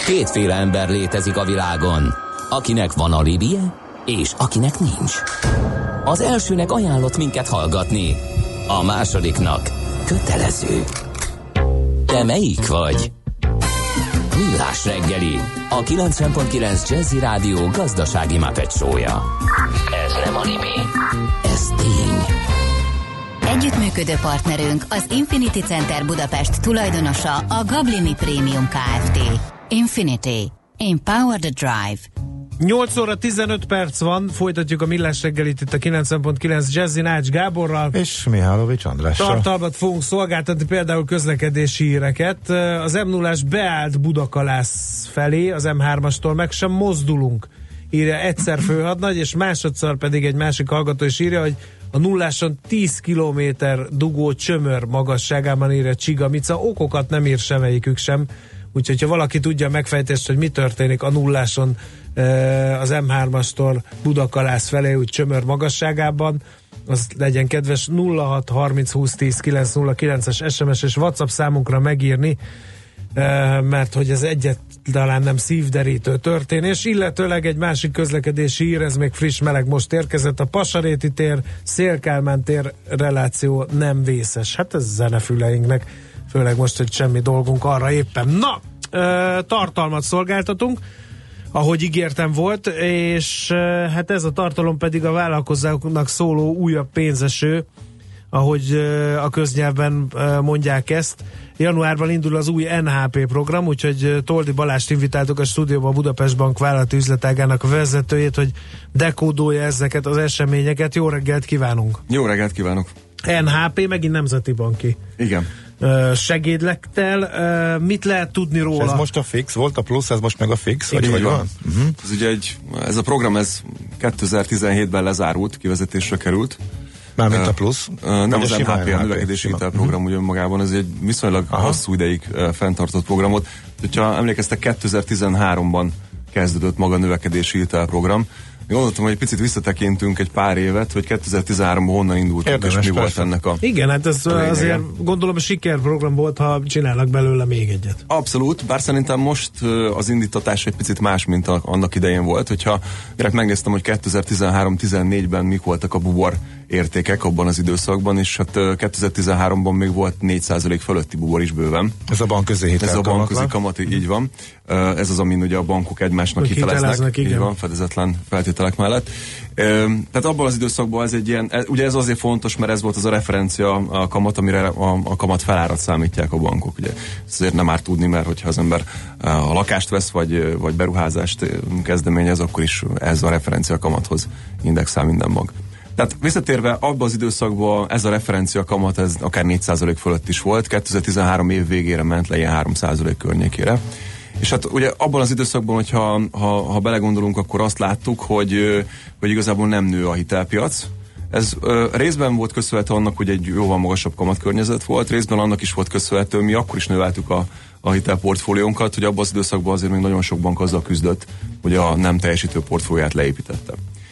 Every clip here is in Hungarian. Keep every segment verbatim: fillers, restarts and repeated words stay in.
Kétféle ember létezik a világon, akinek van alibije, és akinek nincs. Az elsőnek ajánlott minket hallgatni, a másodiknak kötelező. Te melyik vagy? Millás reggeli, a kilencven pont kilenc Jazzy Rádió gazdasági Muppet show-ja. Ez nem anime, ez tény. Együttműködő partnerünk az Infinity Center Budapest tulajdonosa a Gablini Premium Kft. Infinity. Empower the Drive. nyolc óra tizenöt perc van, folytatjuk a Millás reggelit itt a kilencven pont kilenc Jazzy Nács Gáborral. És Mihálovics Andrással. Tartalmat fogunk szolgáltatni, például közlekedési híreket. Az em nullás beállt Budakalász felé, az em hármastól meg sem mozdulunk, írja egyszer főhadnagy, és másodszor pedig egy másik hallgató is írja, hogy a nulláson tíz kilométer dugó Csömör magasságában, írja Csigamica. Okokat nem ír semmelyikük sem, úgyhogy ha valaki tudja a megfejtést, hogy mi történik a nulláson az em hármastól Budakalász felé, úgy Csömör magasságában, az legyen kedves nulla hat harminc húsz tíz kilenc nulla kilences es em es és WhatsApp számunkra megírni, mert hogy ez egyáltalán nem szívderítő történés, illetőleg egy másik közlekedési hír, ez még friss, meleg, most érkezett. A Pasaréti tér, Széll-Kálmán tér reláció nem vészes. Hát ez zenefüleinknek, főleg most, hogy semmi dolgunk arra éppen. Na, tartalmat szolgáltatunk, ahogy ígértem volt, és hát ez a tartalom pedig a vállalkozóknak szóló újabb pénzeső, ahogy a köznyelvben mondják ezt. Januárban indul az új en há pé program, úgyhogy Toldi Balást invitáltuk a stúdióba, a Budapest Bank vállalati üzletágának vezetőjét, hogy dekódolja ezeket az eseményeket. Jó reggelt kívánunk! Jó reggelt kívánok! en há pé, megint nemzeti banki. Igen. Segédlektel. Mit lehet tudni róla? És ez most a fix? Volt a plusz, ez most meg a fix? Vagy hogy van? Uh-huh. Ez ugye egy, ez a program ez kétezer-tizenhétben lezárult, kivezetésre került. Mármint uh, a plusz? Uh, nem az en há pé, a növekedési hitelprogram uh-huh. önmagában, ez egy viszonylag Aha. hosszú ideig uh, fenntartott programot. Ha emlékeztek, kétezer-tizenháromban kezdődött maga a növekedési hitelprogram. Gondoltam, hogy egy picit visszatekintünk egy pár évet, hogy kétezer-tizenháromban honnan indultunk, Érdemes, és mi persze. volt ennek a... Igen, hát ez a azért gondolom a sikerprogram volt, ha csinálnak belőle még egyet. Abszolút, bár szerintem most az indítatás egy picit más, mint a, annak idején volt. Hogyha direkt megnéztem, hogy kétezer-tizenhárom-tizennégyben mik voltak a bubor értékek abban az időszakban, és hát kétezer-tizenháromban még volt négy százalék fölötti bubor is bőven. Ez a bankközi hitel. Ez a bankközi kamat, így van. Ez az, amin ugye a bankok egymásnak hiteleznek, így van, fedezetlen feltételek mellett. Tehát abban az időszakban ez egy ilyen, ugye ez azért fontos, mert ez volt az a referencia a kamat, amire a, a kamat felárat számítják a bankok. Ugye ezért nem árt tudni, mert hogyha az ember a lakást vesz, vagy, vagy beruházást kezdeményez, akkor is ez a referencia kamathoz indexál minden bank. Tehát visszatérve abban az időszakban ez a referencia kamat, ez akár négy százalék fölött is volt, kétezer-tizenhárom év végére ment le ilyen három százalék környékére. És hát ugye abban az időszakban, hogyha ha, ha belegondolunk, akkor azt láttuk, hogy, hogy igazából nem nő a hitelpiac. Ez ö, részben volt köszönhető annak, hogy egy jóval magasabb kamatkörnyezet volt, részben annak is volt köszönhető, mi akkor is növeltük a, a hitelportfóliónkat, hogy abban az időszakban azért még nagyon sok bank azzal küzdött, hogy a nem teljesítő portfólióját leépítette.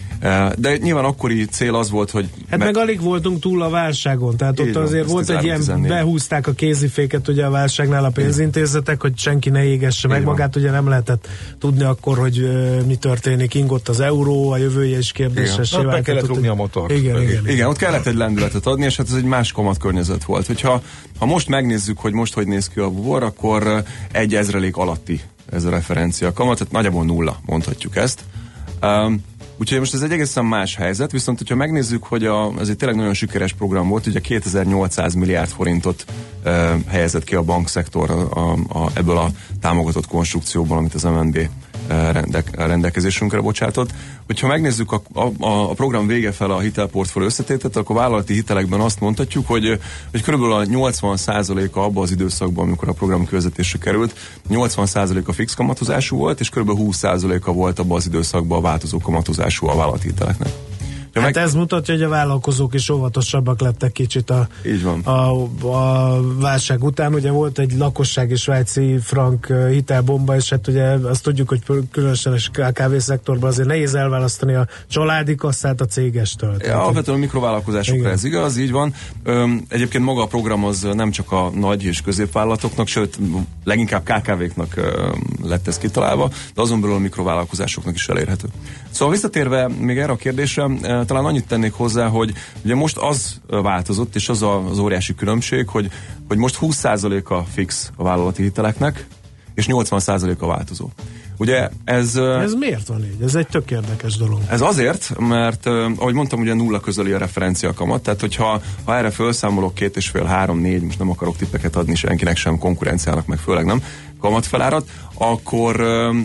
De nyilván akkori cél az volt, hogy... Hát meg, meg alig voltunk túl a válságon, tehát ott azért volt egy ilyen, tizennégy behúzták a kéziféket ugye a válságnál a pénzintézetek, hogy senki ne égesse meg magát, ugye nem lehetett tudni akkor, hogy uh, mi történik, ingott az euró, a jövője is kérdéses. Ott be kellett rúgni a motort. Igen, igen, igen. igen, ott kellett egy lendületet adni, és hát ez egy más kamatkörnyezet volt. Hogyha ha most megnézzük, hogy most hogy néz ki a bubor, akkor egy ezrelék alatti ez a referencia kamat, tehát nagyjából nulla, mondhatjuk ezt. Um, Úgyhogy most ez egy egészen más helyzet, viszont hogyha megnézzük, hogy a, ez egy tényleg nagyon sikeres program volt, ugye kétezer-nyolcszáz milliárd forintot e, helyezett ki a bankszektor a, a, a, ebből a támogatott konstrukcióból, amit az em en bé e, rendek, rendelkezésünkre bocsátott. Hogyha megnézzük a, a, a program vége fel a hitelportfólió összetételt, akkor a vállalati hitelekben azt mondhatjuk, hogy, hogy körülbelül a nyolcvan százaléka abban az időszakban, amikor a program kivezetésre került, nyolcvan százaléka fix kamatozású volt, és körülbelül húsz százaléka volt abban az időszakban a változó kamatozású a vállalati hiteleknek. Hát meg... ez mutatja, hogy a vállalkozók is óvatosabbak lettek kicsit a, a, a válság után. Ugye volt egy lakossági svájci frank hitelbomba, és hát ugye azt tudjuk, hogy különösen a ká ká vé szektorban azért nehéz elválasztani a családi kasszát a cégestől. Ja, alapvetően a mikrovállalkozásokra igen. Ez igaz, így van. Öm, egyébként maga a program az nem csak a nagy és középvállalatoknak, sőt leginkább ká ká véknak öm, lett ez kitalálva, de azon belül a mikrovállalkozásoknak is elérhető. Szóval visszatérve még erre a kérdésre, talán annyit tennék hozzá, hogy ugye most az változott, és az az óriási különbség, hogy, hogy most húsz százaléka fix a vállalati hiteleknek, és nyolcvan százaléka változó. Ugye ez... Ez miért van így? Ez egy tök érdekes dolog. Ez azért, mert ahogy mondtam, ugye nulla közeli a referencia kamat, tehát hogyha ha erre felszámolok két és fél, három, négy, most nem akarok tippeket adni senkinek sem, konkurenciának, meg főleg nem, kamatfelárat, akkor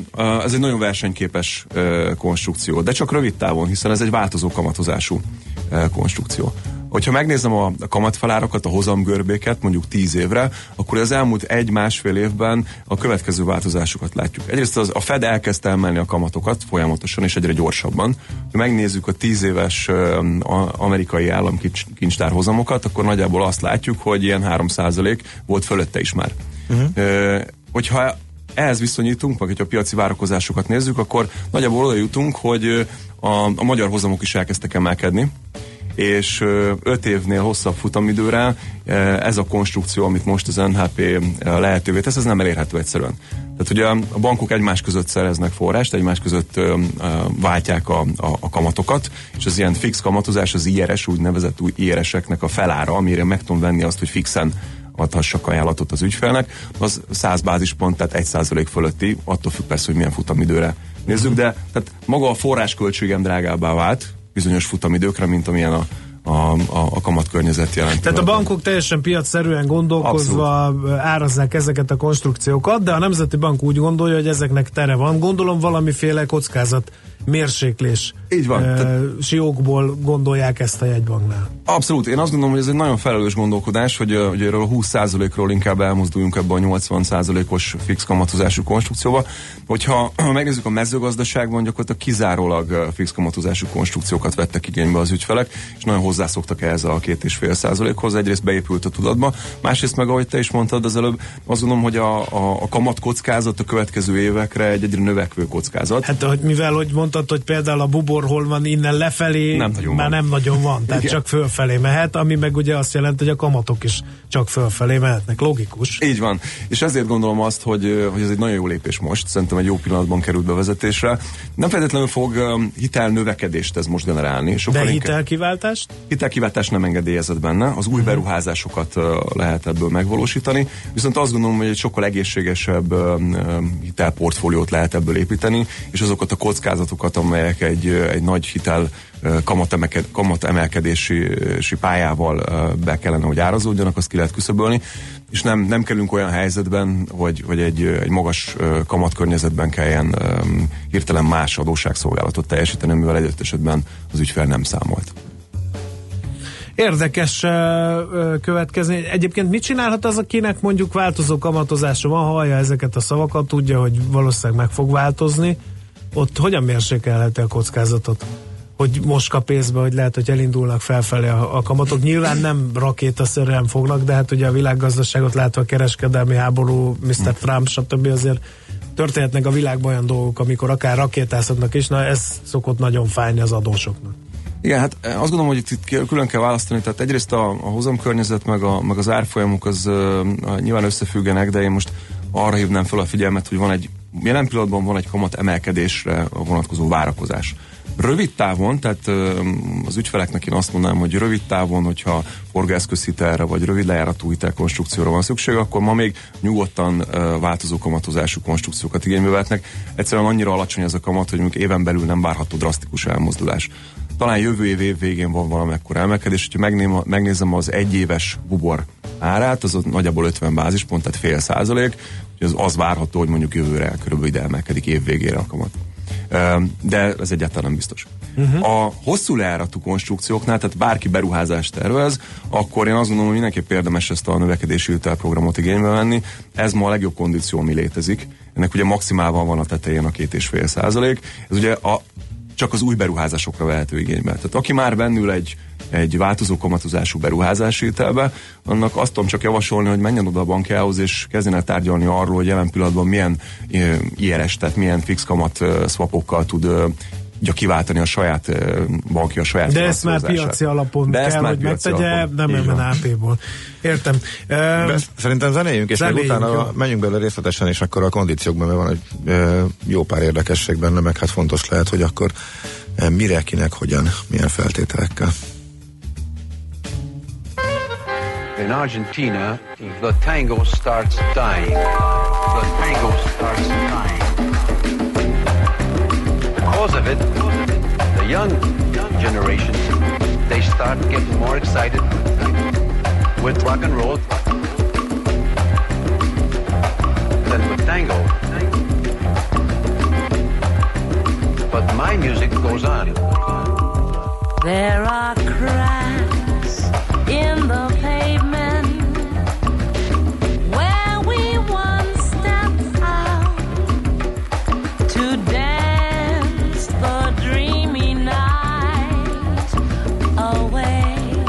ez egy nagyon versenyképes konstrukció, de csak rövid távon, hiszen ez egy változó kamatozású konstrukció. Hogyha megnézem a, a kamatfelárakat, a hozamgörbéket mondjuk tíz évre, akkor az elmúlt egy-másfél évben a következő változásokat látjuk. Egyrészt az, a Fed elkezdte emelni a kamatokat folyamatosan és egyre gyorsabban. Ha megnézzük a tíz éves uh, amerikai államkincstár hozamokat, akkor nagyjából azt látjuk, hogy ilyen három százalék volt fölötte is már. Uh-huh. Uh, hogyha ehhez viszonyítunk, vagy hogyha a piaci várakozásokat nézzük, akkor nagyjából oda jutunk, hogy a, a magyar hozamok is elkezdtek emelkedni, és öt évnél hosszabb futamidőre ez a konstrukció, amit most az en há pé lehetővé tesz, ez nem elérhető egyszerűen. Tehát ugye a bankok egymás között szereznek forrást, egymás között váltják a, a, a kamatokat, és az ilyen fix kamatozás, az i er es, úgynevezett új i er eseknek a felára, amire meg tudom venni azt, hogy fixen adhassak ajánlatot az ügyfélnek, az száz bázispont, tehát egy százalék fölötti, attól függ persze, hogy milyen futamidőre nézzük, de tehát maga a forrásköltségem drágábbá vált bizonyos futamidőkre, mint amilyen a, a, a, a kamatkörnyezet jelenti. Tehát a bankok teljesen piacszerűen gondolkozva abszolút árazzák ezeket a konstrukciókat, de a Nemzeti Bank úgy gondolja, hogy ezeknek tere van. Gondolom valamiféle kockázat mérséklés így van. E, Tehát siókból gondolják ezt a jegybanknál. Abszolút. Én azt gondolom, hogy ez egy nagyon felelős gondolkodás, hogy, hogy erről a húsz százalékról inkább elmozduljunk ebbe a nyolcvan százalékos fix kamatozású konstrukcióba. Hogyha megnézzük a mezőgazdaságban, gyakorlatilag kizárólag fix kamatozású konstrukciókat vettek igénybe az ügyfelek, és nagyon hozzászoktak ehhez a két és fél százalékhoz. Egyrészt beépült a tudatba, másrészt meg, ahogy te is mondtad az előbb, azt gondolom, hogy a, a, a kamat kockázat a következő évekre egy egyre növekvő kockázat. Hát, hogy mivel, hogy mondtad, hogy például a bubor hol van innen lefelé, nem már van. nem nagyon van, tehát igen, csak fölfelé mehet, ami meg ugye azt jelenti, hogy a kamatok is csak fölfelé mehetnek, logikus. Így van, és ezért gondolom azt, hogy, hogy ez egy nagyon jó lépés most, szerintem egy jó pillanatban került bevezetésre. Nem feltétlenül fog um, hitelnövekedést ez most generálni. De hitelkiváltást? Hitelkiváltást nem engedélyezett benne, az új beruházásokat uh, lehet ebből megvalósítani, viszont azt gondolom, hogy egy sokkal egészségesebb um, hitelportfóliót lehet ebből építeni, és azokat a kockázatokat, amelyek egy, egy nagy hitel kamatemelkedési kamat emelkedési pályával be kellene, hogy árazódjanak, azt ki lehet küszöbölni, és nem, nem kerülünk olyan helyzetben, hogy, hogy egy, egy magas kamatkörnyezetben kelljen um, hirtelen más adósságszolgálatot teljesíteni, mivel egy esetben az ügyfél nem számolt. Érdekes uh, következni. Egyébként mit csinálhat az, akinek mondjuk változó kamatozása van, hallja ezeket a szavakat, tudja, hogy valószínűleg meg fog változni, ott hogyan mérsékelheti a kockázatot? Hogy most kap észbe, hogy lehet, hogy elindulnak felfelé a, a kamatok. Nyilván nem rakétaszerűen fognak, de hát ugye a világgazdaságot látva, a kereskedelmi háború, miszter Trump, stb. Azért történhetnek a világban olyan dolgok, amikor akár rakétázhatnak is, na ez szokott nagyon fájni az adósoknak. Igen, hát azt gondolom, hogy itt külön kell választani, tehát egyrészt a, a hozamkörnyezet, meg, a, meg az árfolyamok az uh, nyilván összefüggenek, de én most arra hívnám fel a figyelmet, hogy van egy, jelen pillanatban van egy kamat emelkedésre vonatkozó várakozás. Rövid távon, tehát az ügyfeleknek én azt mondanám, hogy rövid távon, hogyha forgászközhitelre vagy rövid lejáratú hitelkonstrukcióra van szükség, akkor ma még nyugodtan változó kamatozású konstrukciókat igénybe vehetnek. Egyszerűen annyira alacsony ez a kamat, hogy mondjuk éven belül nem várható drasztikus elmozdulás. Talán jövő év év végén van valamekkora emelkedés, hogyha megnézem az egyéves bubor árát, az nagyjából ötven bázispont, tehát fél százalék, az, az várható, hogy mondjuk jövőre körülbelül ide emelkedik év végére a kamat. De ez egyáltalán nem biztos. Uh-huh. A hosszú lejáratú konstrukcióknál, tehát bárki beruházást tervez, akkor én azt gondolom, hogy mindenképp érdemes ezt a növekedési hitelprogramot igénybe venni. Ez ma a legjobb kondíció, ami létezik. Ennek ugye maximálban van a tetején a két és fél százalék. Ez ugye a, csak az új beruházásokra vehető igénybe. Tehát aki már bennül egy egy változó kamatozású beruházási hitelbe, annak azt tudom csak javasolni, hogy menjen oda a bankjához, és kezdjen el tárgyalni arról, hogy jelen pillanatban milyen i er es, tehát milyen fix kamat swapokkal tud tudja kiváltani a saját bankja, a saját de ezt már piaci alapon de kell, hogy megtegye, nem em en á pé-ból. Értem. Uh, Szerintem zenéljünk, és még utána jó. menjünk bele részletesen, és akkor a kondíciókban, mert van egy uh, jó pár érdekesség benne, meg hát fontos lehet, hogy akkor uh, mire, kinek, hogyan, milyen feltételekkel. In Argentina, the tango starts dying. The tango starts dying. Because of it, the young, young generation, they start getting more excited with rock and roll than with tango. But my music goes on. There are cracks in the pavement where we once stepped out to dance the dreamy night away.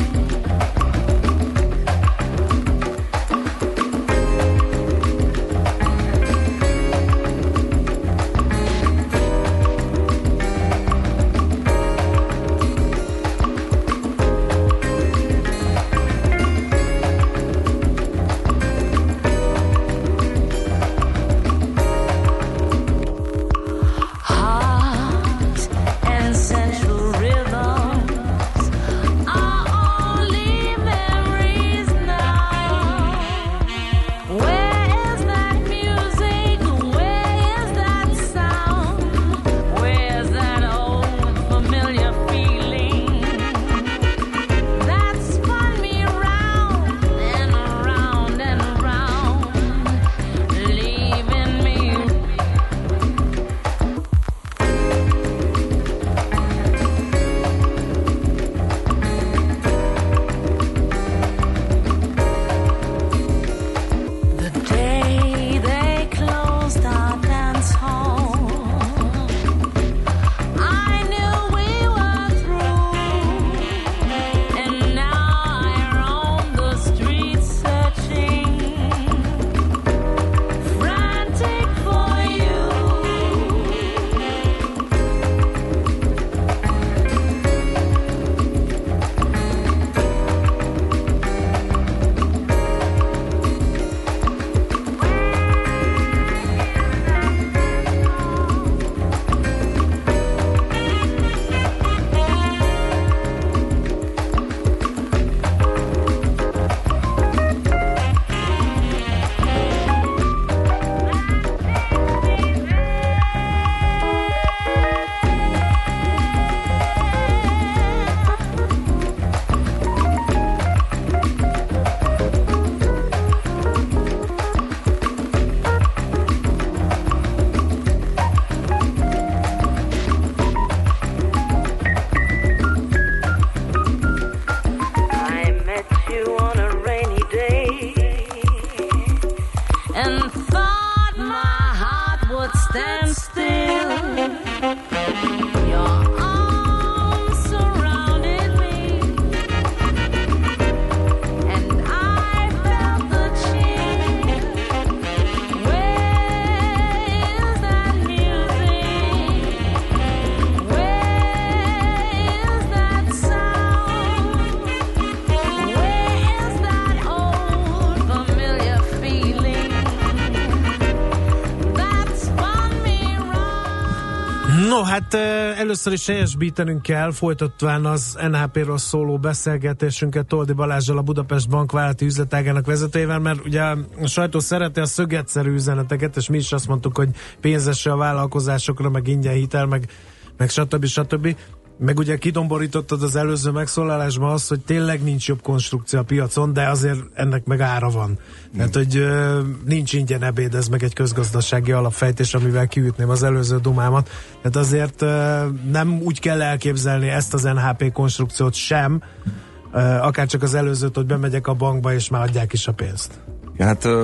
No, hát először is helyesbítenünk kell, folytatván az en há pé-ről szóló beszélgetésünket Toldi Balázsral, a Budapest Bank vállalati üzletágának vezetőjével, mert ugye a sajtó szereti a szögetszerű üzeneteket, és mi is azt mondtuk, hogy pénzesre a vállalkozásokra, meg ingyen hitel, meg, meg stb. stb. Meg ugye kidomborítottad az előző megszólalásban azt, hogy tényleg nincs jobb konstrukció a piacon, de azért ennek meg ára van. Mm. Tehát, hogy ö, nincs ingyen ebéd, ez meg egy közgazdasági alapfejtés, amivel kiütném az előző dumámat. Tehát azért ö, nem úgy kell elképzelni ezt az en há pé konstrukciót sem, ö, akár csak az előzőt, hogy bemegyek a bankba, és már adják is a pénzt. Ja, hát ö,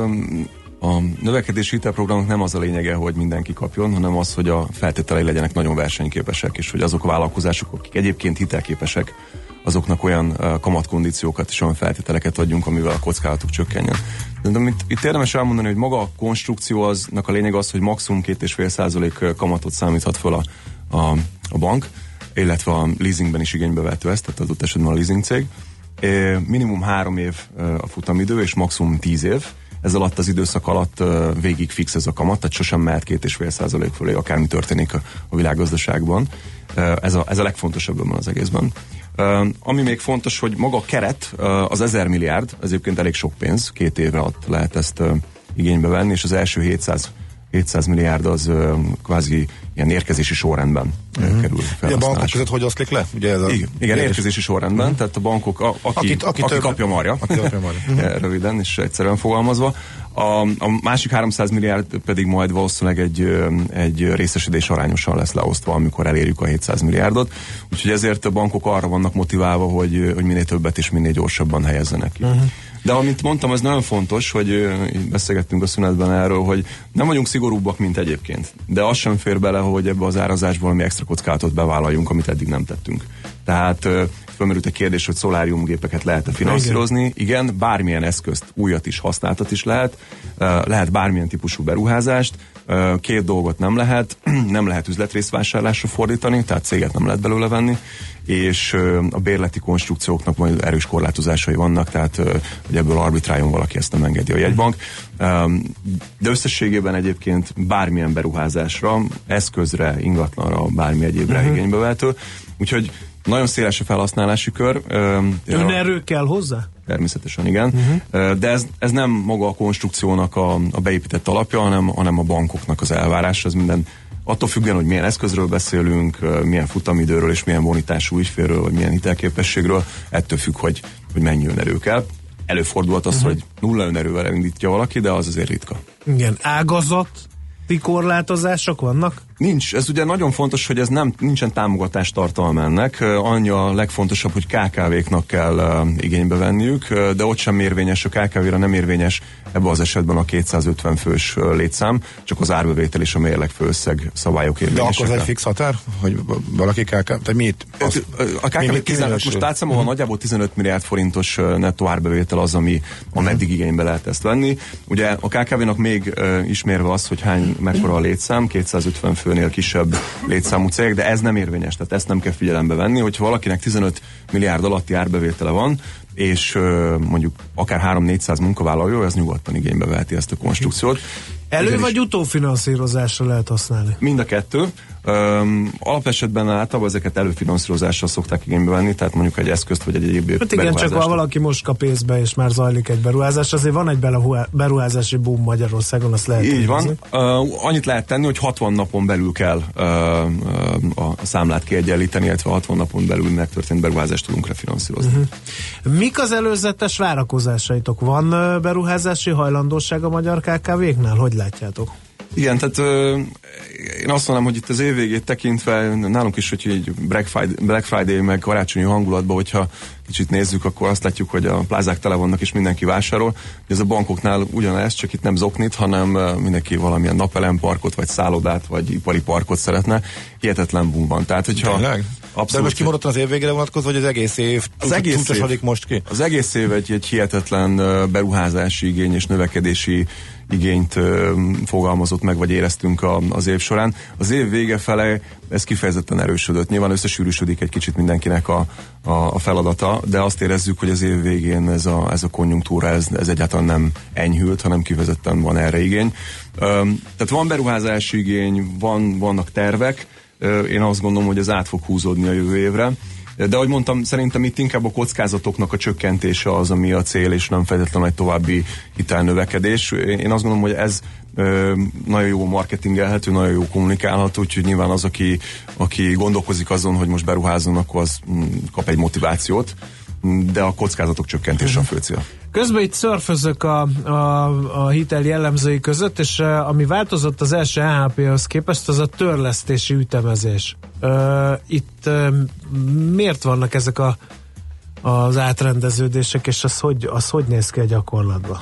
a növekedési hitelprogramok nem az a lényege, hogy mindenki kapjon, hanem az, hogy a feltételei legyenek nagyon versenyképesek, és hogy azok a vállalkozások, akik egyébként hitelképesek, azoknak olyan uh, kamatkondíciókat és olyan feltételeket adjunk, amivel a kockázatuk csökkenjen. De itt, itt érdemes elmondani, hogy maga a konstrukció aznak a lényeg az, hogy maximum két egész öt százalék kamatot számíthat föl a, a a bank, illetve a leasingben is igénybe vehető ezt, tehát adott esetben a leasing cég. Minimum három év a futamidő, és maximum tíz év. Ez alatt az időszak alatt végig fix ez a kamat, tehát sosem mehet két és fél százalék fölé, akármi történik a, a világgazdaságban. Ez a, ez a legfontosabb ebben az egészben. Uh, ami még fontos, hogy maga a keret, uh, az ezer milliárd, ez egyébként elég sok pénz, két évre alatt lehet ezt uh, igénybe venni, és az első hétszáz milliárd az uh, kvázi ilyen érkezési sorrendben uh-huh. kerül fel. A bankok között hogy oszlik le? Ugye ez a igen, igen érkezési sorrendben, uh-huh. tehát a bankok, a, aki, Akit, aki, aki több, kapja marja, aki kapja marja. uh-huh. röviden és egyszerűen fogalmazva. A, a másik háromszáz milliárd pedig majd valószínűleg egy, egy részesedés arányosan lesz leosztva, amikor elérjük a hétszáz milliárdot. Úgyhogy ezért a bankok arra vannak motiválva, hogy, hogy minél többet és minél gyorsabban helyezzenek ki. Uh-huh. De amint mondtam, ez nagyon fontos, hogy beszélgettünk a szünetben erről, hogy nem vagyunk szigorúbbak, mint egyébként. De az sem fér bele, hogy ebbe az árazásból mi extra kockázatot bevállaljunk, amit eddig nem tettünk. Tehát felmerült egy kérdés, hogy szoláriumgépeket lehet-e finanszírozni. Igen. Igen, bármilyen eszközt, újat is, használtat is lehet. Lehet bármilyen típusú beruházást. Két dolgot nem lehet. Nem lehet üzletrészvásárlásra fordítani, tehát céget nem lehet belőle venni, és a bérleti konstrukcióknak majd erős korlátozásai vannak, tehát hogy ebből arbitráljon valaki, ezt nem engedi a jegybank. De összességében egyébként bármilyen beruházásra, eszközre, ingatlanra, bármi egyébre uh-huh. igénybe vehető. Úgyhogy nagyon széles a felhasználási kör. Önerő kell hozzá? Természetesen igen. Uh-huh. De ez, ez nem maga a konstrukciónak a, a beépített alapja, hanem, hanem a bankoknak az elvárása. Ez minden attól függően, hogy milyen eszközről beszélünk, milyen futamidőről és milyen bonitású ügyfélről, vagy milyen hitelképességről, ettől függ, hogy, hogy mennyi önerő kell. Előfordulhat az, uh-huh. hogy nulla önerővel elindítja valaki, de az azért ritka. Igen, ágazat korlátozások vannak? Nincs. Ez ugye nagyon fontos, hogy ez nem, nincsen támogatás tartalma ennek. Annyi a legfontosabb, hogy ká ká véknak kell uh, igénybe venniük, uh, de ott sem érvényes, a ká ká véra nem érvényes ebben az esetben a kétszázötven fős uh, létszám, csak az árbevétel és a mérleg főösszeg szabályok érvényesek. De akkor ez egy fix határ? Hogy valaki ká ká... Tehát mit? Az, a ká ká vé tizenöt, most átszámolva uh-huh. nagyjából tizenöt milliárd forintos nettó árbevétel az, ami ameddig uh-huh. igénybe lehet ezt venni. Ugye a ká ká vénak még uh, ismérve az, hogy hány, mekkora a létszám, kétszázötven főnél kisebb létszámú cég, de ez nem érvényes, tehát ezt nem kell figyelembe venni, hogyha valakinek tizenöt milliárd alatti árbevétele van, és uh, mondjuk akár három-négyszáz munkavállaló, ez nyugodtan igénybe veheti ezt a konstrukciót. Elő Ugyanis vagy utófinanszírozásra lehet használni? Mind a kettő. Um, alapesetben általában ezeket előfinanszírozással szokták igénybe venni, tehát mondjuk egy eszközt vagy egy egyéb hát igen, csak ha valaki most kap pénzbe és már zajlik egy beruházás, azért van egy beruházási boom Magyarországon, azt lehet. Így van. Uh, annyit lehet tenni, hogy hatvan napon belül kell uh, uh, a számlát kiegyenlíteni, illetve hatvan napon belül megtörtént beruházást tudunk refinanszírozni. Uh-huh. Mik az előzetes várakozásaitok? Van uh, beruházási hajlandóság a magyar ká ká véknál? Hogy látjátok? Igen, tehát ö, én azt mondom, hogy itt az év végét tekintve nálunk is, hogy egy Black Friday, Black Friday meg karácsonyi hangulatban, hogyha kicsit nézzük, akkor azt látjuk, hogy a plázák tele vannak és mindenki vásárol. Ez a bankoknál ugyanez, csak itt nem zoknit, hanem mindenki valamilyen napelemparkot, vagy szállodát, vagy ipari parkot szeretne. Hihetetlen boom van. Tehát, hogyha abszolút, de most kimondottan az év végére vonatkozva, vagy az egész év az egész év, most ki? Az egész év egy, egy hihetetlen beruházási igény és növekedési igényt ö, fogalmazott meg, vagy éreztünk a, az év során. Az év vége fele ez kifejezetten erősödött. Nyilván összesűrűsödik egy kicsit mindenkinek a, a, a feladata, de azt érezzük, hogy az év végén ez a, ez a konjunktúra, ez, ez egyáltalán nem enyhült, hanem kifejezetten van erre igény. Ö, tehát van beruházási igény, van, vannak tervek. Ö, én azt gondolom, hogy ez át fog húzódni a jövő évre. De ahogy mondtam, szerintem itt inkább a kockázatoknak a csökkentése az, ami a cél, és nem feltétlenül egy további hitelnövekedés. Én azt gondolom, hogy ez ö, nagyon jó marketingelhető, nagyon jó kommunikálható, úgyhogy nyilván az, aki, aki gondolkozik azon, hogy most beruházzon, akkor az m, kap egy motivációt, de a kockázatok csökkentése a fő cél. Közben itt szörfözök a, a, a hitel jellemzői között, és uh, ami változott az első á há pé-hoz képest, az a törlesztési ütemezés. Uh, itt uh, miért vannak ezek a, az átrendeződések, és az hogy, az hogy néz ki a gyakorlatban?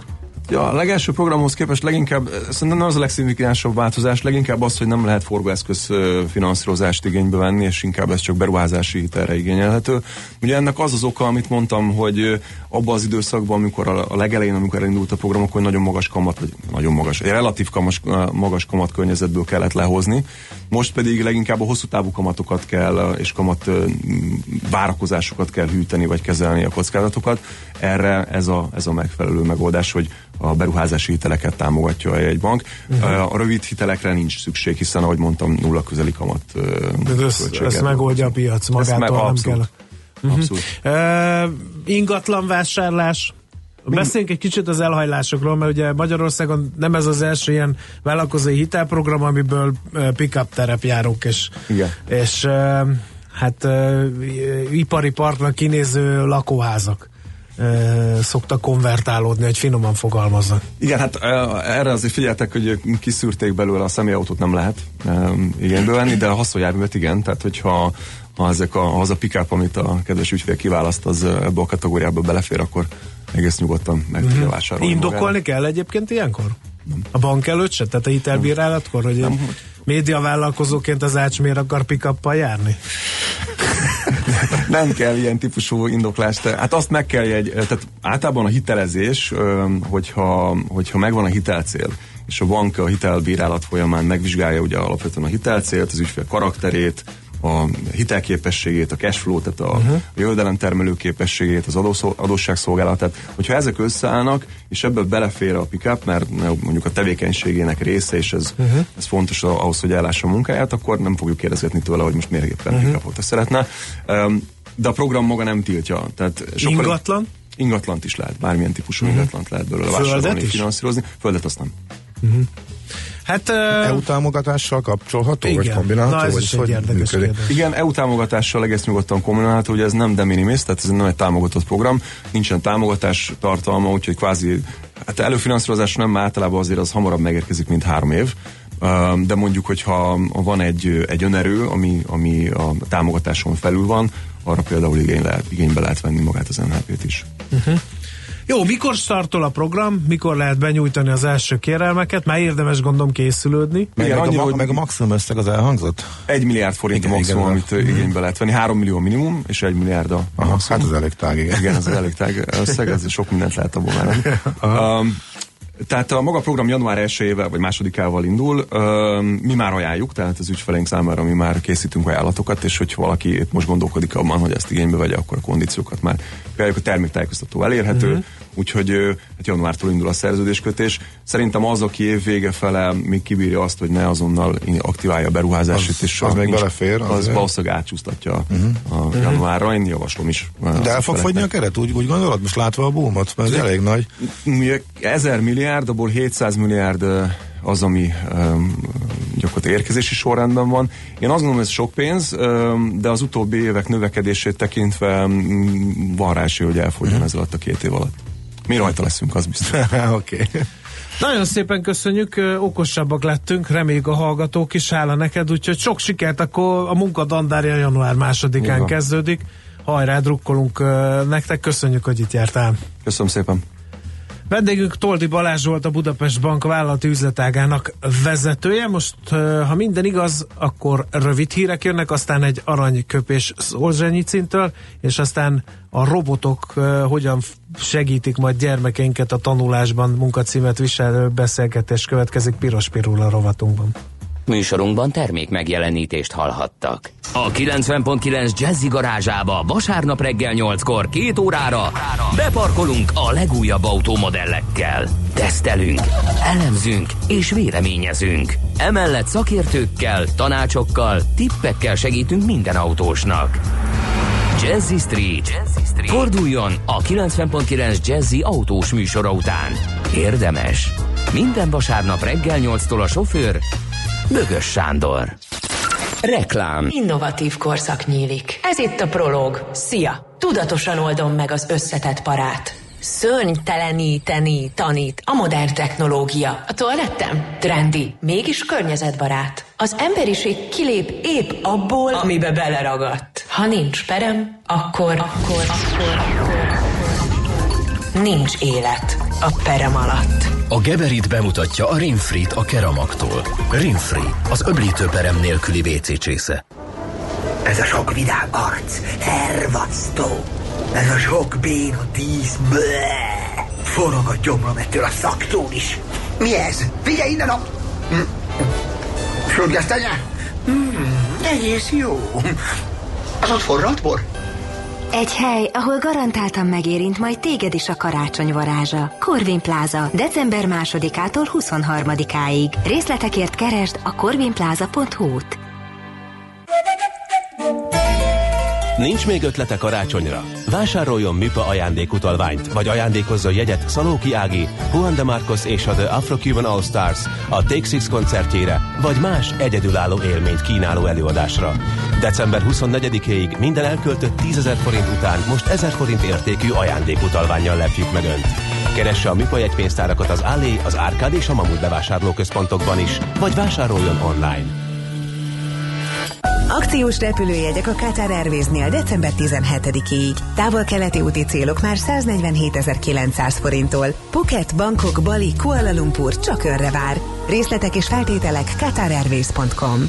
Ja, a legelső programhoz képest leginkább, szerintem nem az a legszignifikánsabb változás, leginkább az, hogy nem lehet forgóeszköz finanszírozást igénybe venni, és inkább ez csak beruházási hitelre igényelhető. Ugye ennek az az oka, amit mondtam, hogy abban az időszakban, amikor a legelején, amikor elindult a program, akkor nagyon magas kamat, vagy nagyon magas, egy relatív kamas, magas kamat környezetből kellett lehozni. Most pedig leginkább a hosszú távú kamatokat kell, és kamat várakozásokat kell hűteni, vagy kezelni a kockázatokat. Erre ez a, ez a megfelelő megoldás, hogy a beruházási hiteleket támogatja a jegybank. Uh-huh. A rövid hitelekre nincs szükség, hiszen ahogy mondtam, nulla közeli kamat. Ezt, ezt megoldja a piac magától, meg, nem abszolút, kell. Abszolút. Uh-huh. Uh, ingatlan vásárlás. Beszéljünk egy kicsit az elhajlásokról, mert ugye Magyarországon nem ez az első ilyen vállalkozói hitelprogram, amiből uh, pick-up terepjárók és, és uh, hát uh, ipari parknak kinéző lakóházak szoktak konvertálódni, hogy finoman fogalmaznak. Igen, hát erre azért figyeltek, hogy kiszűrték belőle, a személyautót nem lehet igénybe venni, de a haszonjárművet igen, tehát hogyha ha ezek a, az a pick-up, amit a kedves ügyfél kiválaszt, az ebbe a kategóriába belefér, akkor egész nyugodtan meg tudja vásárolni. Indokolni magára. Kell egyébként ilyenkor? Nem. A bank előtt se? Tehát a hitelbírálatkor, hogy nem. Médiavállalkozóként az Ács miért akar pick-uppal járni? Nem kell ilyen típusú indoklást. Hát azt meg kell jegy, tehát általában a hitelezés, hogyha, hogyha megvan a hitelcél, és a bank a hitelbírálat folyamán megvizsgálja ugye alapvetően a hitelcélt, az ügyfél karakterét, a hitelképességét, a cashflow, tehát a uh-huh. jövedelemtermelő képességét, az adószol, adósságszolgálatát. Hogyha ezek összeállnak, és ebből belefér a pick-up, mert mondjuk a tevékenységének része, és ez, uh-huh. ez fontos ahhoz, hogy ellássa a munkáját, akkor nem fogjuk kérdezgetni tőle, hogy most miért éppen uh-huh. pick-upot szeretne. De a program maga nem tiltja. Tehát sokkal ingatlan? Ingatlant is lehet, bármilyen típusú uh-huh. ingatlant lehet belőle vásárolni, finanszírozni. Földet azt nem. Uh-huh. Hát, uh, é u támogatással kapcsolható, igen. Vagy kombinálható? Na, ez vagy is egy érdekes kérdés. Igen, é u támogatással egész nyugodtan kombinálható, ugye ez nem de minimis, tehát ez nem egy támogatott program, nincsen támogatás tartalma, úgyhogy kvázi, hát előfinanszírozás nem, általában azért az hamarabb megérkezik, mint három év, de mondjuk, hogyha van egy, egy önerő, ami, ami a támogatáson felül van, arra például igény lehet, igénybe lehet venni magát az en há pét is. Uh-huh. Jó, mikor startol a program, mikor lehet benyújtani az első kérelmeket, már érdemes gondom készülődni. Meg, igen, meg, annyi, a, hogy meg a maximum összeg az elhangzott? Egy milliárd forint igen, a maximum, igen, amit igen. igénybe lehet venni. Három millió minimum, és egy milliárd a Aha, maximum. Hát az elég tág, igen. Igen, az elég tág összeg, ez sok mindent lehet abból már. um, Tehát a maga program január elsejével vagy másodikával indul, mi már ajánljuk, tehát az ügyfeleink számára mi már készítünk ajánlatokat, és hogy valaki épp most gondolkodik abban, hogy ezt igénybe vegye, akkor a kondíciókat már például a terméktájékoztató elérhető, uh-huh. úgyhogy hát januártól indul a szerződéskötés. Szerintem az, aki év vége fele még kibírja azt, hogy ne azonnal aktiválja a beruházásit, és az, az még belefér, az, az valószínűleg átcsúsztatja uh-huh. a januárra, én javaslom is. De el fog fogyni a keret, úgy, úgy gondolod, most látva a boomot, mert ez elég nagy. ezer milliárd, abból hétszáz milliárd az, ami um, gyakorlatilag érkezési sorrendben van. Én azt gondolom, ez sok pénz, um, de az utóbbi évek növekedését tekintve um, van rá esély, hogy elfogjon ez alatt a két év alatt. Mi rajta leszünk, az biztos. Oké. Okay. Nagyon szépen köszönjük, okosabbak lettünk, reméljük a hallgatók is, hála neked, úgyhogy sok sikert, akkor a munka dandárja január másodikán igen. kezdődik. Hajrá, drukkolunk nektek, köszönjük, hogy itt jártál. Köszönöm szépen. Vendégünk Toldi Balázs volt, a Budapest Bank vállalati üzletágának vezetője. Most, ha minden igaz, akkor rövid hírek jönnek, aztán egy aranyköpés Szolzsenyicintől, és aztán a robotok hogyan segítik majd gyermekeinket a tanulásban munkacímet viselő beszélgetés következik Piros Pirula rovatunkban. Műsorunkban termék megjelenítést hallhattak. A kilencven pont kilenc Jazzy garázsába vasárnap reggel nyolckor két órára beparkolunk a legújabb automodellekkel. Tesztelünk, elemzünk és véleményezünk. Emellett szakértőkkel, tanácsokkal, tippekkel segítünk minden autósnak. Jazzy Street. Jazzy Street. Forduljon a kilencven pont kilenc Jazzy autós műsora után. Érdemes. Minden vasárnap reggel nyolctól a sofőr Bögös Sándor. Reklám. Innovatív korszak nyílik. Ez itt a Prolog. Szia! Tudatosan oldom meg az összetett parát. Szörnyteleníteni tanít a modern technológia. A toalettem trendi, mégis környezetbarát. Az emberiség kilép épp abból, amibe beleragadt. Ha nincs perem, akkor, akkor, akkor, akkor. nincs élet a perem alatt. A Geberit bemutatja a Rinfrit a Keramaktól. Rinfri, az öblítőperem nélküli vé cé csésze. Ez a sok vidám arc, hervasztó. Ez a sok béna dísz, bleh. Forog a gyomrom ettől a szaktól is. Mi ez? Figyelj innen a... Sörgesztenye? Mm, egész jó. Az ott forralt bor? Egy hely, ahol garantáltan megérint majd téged is a karácsony varázsa. Corvin Plaza, december másodikától huszonharmadikáig. Részletekért keresd a corvin plaza pont hu-t. Nincs még ötlete karácsonyra? Vásároljon Műpa ajándékutalványt, vagy ajándékozzon jegyet Szalóki Ági, Juan de Marcos és a The Afro-Cuban All Stars a Take Six koncertjére, vagy más egyedülálló élményt kínáló előadásra. december huszonnegyedikéig minden elköltött tízezer forint után most ezer forint értékű ajándékutalvánnyal lepjük meg Önt. Keresse a Műpa jegypénztárakat az Allé, az Árkád és a Mamut bevásárlóközpontokban is, vagy vásároljon online. Akciós repülőjegyek a Qatar Airwaysnél december tizenhetedikéig. Távol-keleti úti célok már száznegyvenhétezer-kilencszáz forinttól. Phuket, Bangkok, Bali, Kuala Lumpur csak Önre vár. Részletek és feltételek qatar airways pont com.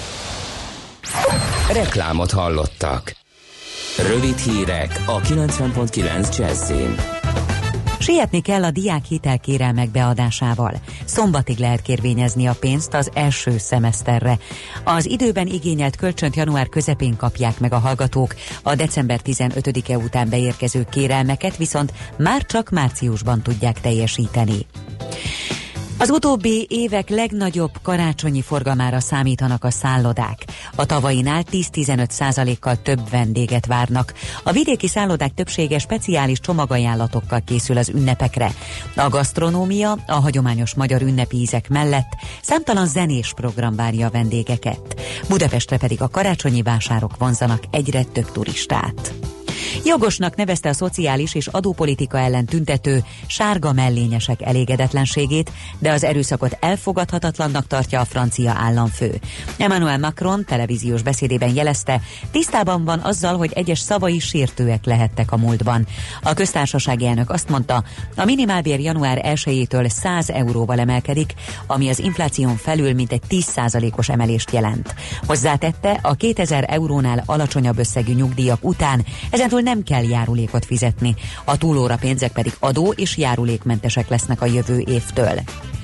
Reklámot hallottak. Rövid hírek a kilencven pont kilenc Jazzin. Sietni kell a diák hitelkérelmek beadásával. Szombatig lehet kérvényezni a pénzt az első szemeszterre. Az időben igényelt kölcsönt január közepén kapják meg a hallgatók, a december tizenötödike után beérkező kérelmeket viszont már csak márciusban tudják teljesíteni. Az utóbbi évek legnagyobb karácsonyi forgalmára számítanak a szállodák. A tavainál tíz-tizenöt százalékkal több vendéget várnak. A vidéki szállodák többsége speciális csomagajánlatokkal készül az ünnepekre. A gasztronómia, a hagyományos magyar ünnepi ízek mellett számtalan zenés program várja a vendégeket. Budapestre pedig a karácsonyi vásárok vonzanak egyre több turistát. Jogosnak nevezte a szociális és adópolitika ellen tüntető sárga mellényesek elégedetlenségét, de az erőszakot elfogadhatatlannak tartja a francia államfő. Emmanuel Macron televíziós beszédében jelezte, tisztában van azzal, hogy egyes szavai sértőek lehettek a múltban. A köztársasági elnök azt mondta, a minimálbér január elsejétől száz euróval emelkedik, ami az infláción felül mintegy tíz százalékos emelést jelent. Hozzátette, a kétezer eurónál alacsonyabb összegű nyugdíjak után ezentúl nem kell járulékot fizetni, a túlóra pénzek pedig adó és járulékmentesek lesznek a jövő évtől.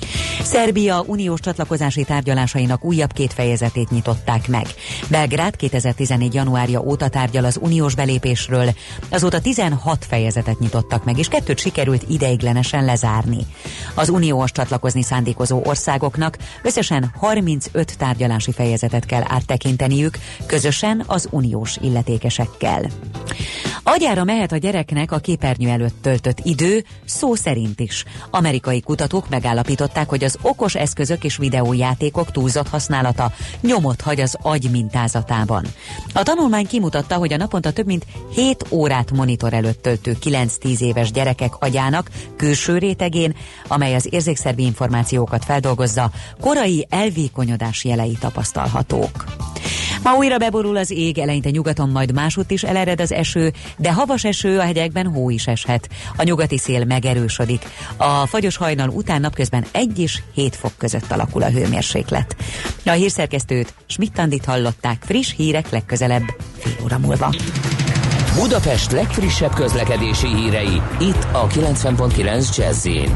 Szerbia uniós csatlakozási tárgyalásainak újabb két fejezetét nyitották meg. Belgrád kétezer-tizennégy januárja óta tárgyal az uniós belépésről, azóta tizenhat fejezetet nyitottak meg, és kettőt sikerült ideiglenesen lezárni. Az uniós csatlakozni szándékozó országoknak összesen harmincöt tárgyalási fejezetet kell áttekinteniük, közösen az uniós illetékesekkel. Agyára mehet a gyereknek a képernyő előtt töltött idő, szó szerint is. Amerikai kutatók megállapították, hogy az okos eszközök és videójátékok túlzott használata nyomot hagy az agy mintázatában. A tanulmány kimutatta, hogy a naponta több mint hét órát monitor előtt töltő kilenc-tíz éves gyerekek agyának külső rétegén, amely az érzékszervi információkat feldolgozza, korai elvékonyodás jelei tapasztalhatók. Ma újra beborul az ég, eleinte nyugaton, majd másutt is elered az eső, de havas eső, a hegyekben hó is eshet. A nyugati szél megerősödik. A fagyos hajnal után napközben egy és hét fok között alakul a hőmérséklet. A hírszerkesztőt, Schmidt-Andit hallották, friss hírek legközelebb fél óra múlva. Budapest legfrissebb közlekedési hírei, itt a kilencven pont kilenc Jazz-in.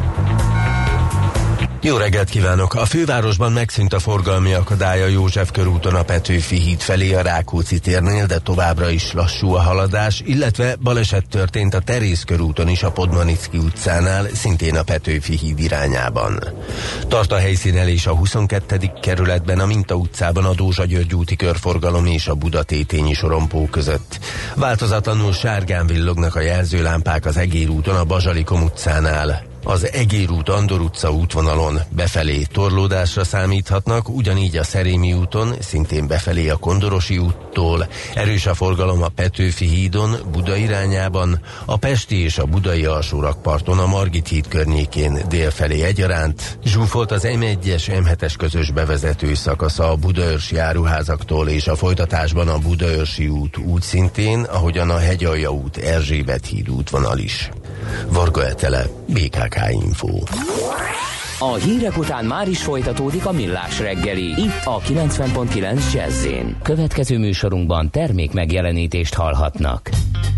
Jó reggelt kívánok! A fővárosban megszűnt a forgalmi akadály a József körúton a Petőfi híd felé a Rákóczi térnél, de továbbra is lassú a haladás, illetve baleset történt a Terész körúton is a Podmanicki utcánál, szintén a Petőfi híd irányában. Tart a helyszínelés a huszonkettedik kerületben, a Minta utcában a Dózsa-György úti körforgalom és a Budatétényi sorompó között. Változatlanul sárgán villognak a jelzőlámpák az Egér úton a Bazsalikom utcánál. Az Egér út Andor utca útvonalon befelé torlódásra számíthatnak, ugyanígy a Szerémi úton, szintén befelé a Kondorosi úttól, erős a forgalom a Petőfi hídon, Buda irányában, a Pesti és a Budai alsórakparton, a Margit híd környékén délfelé egyaránt, zsúfolt az M egyes M hetes közös bevezető szakasza a budaörsi áruházaktól és a folytatásban a Budaörsi út úgy szintén, ahogyan a Hegyalja út Erzsébet híd útvonal is. Varga Etele, bé ká ká Info. A hírek után már is folytatódik a Millás reggeli, itt a kilencven pont kilenc Jazz-én. Következő műsorunkban termék megjelenítést hallhatnak.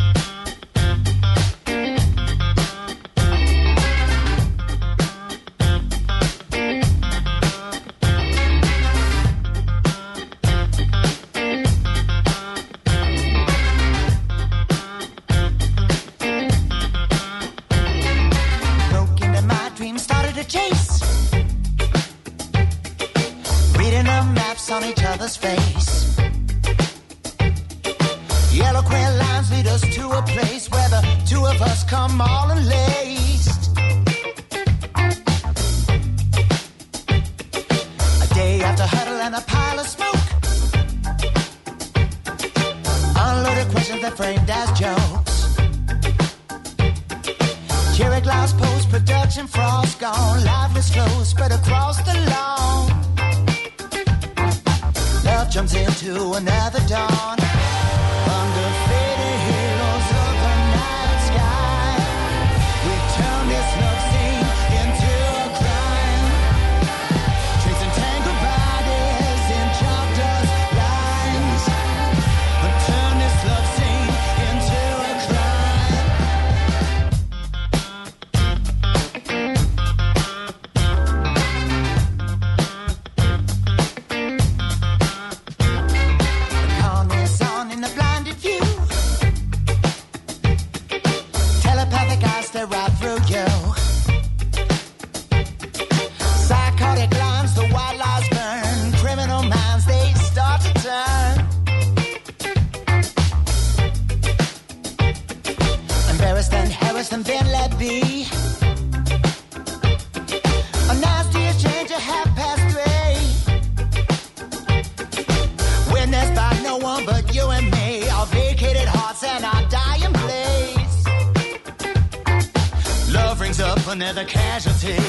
Another casualty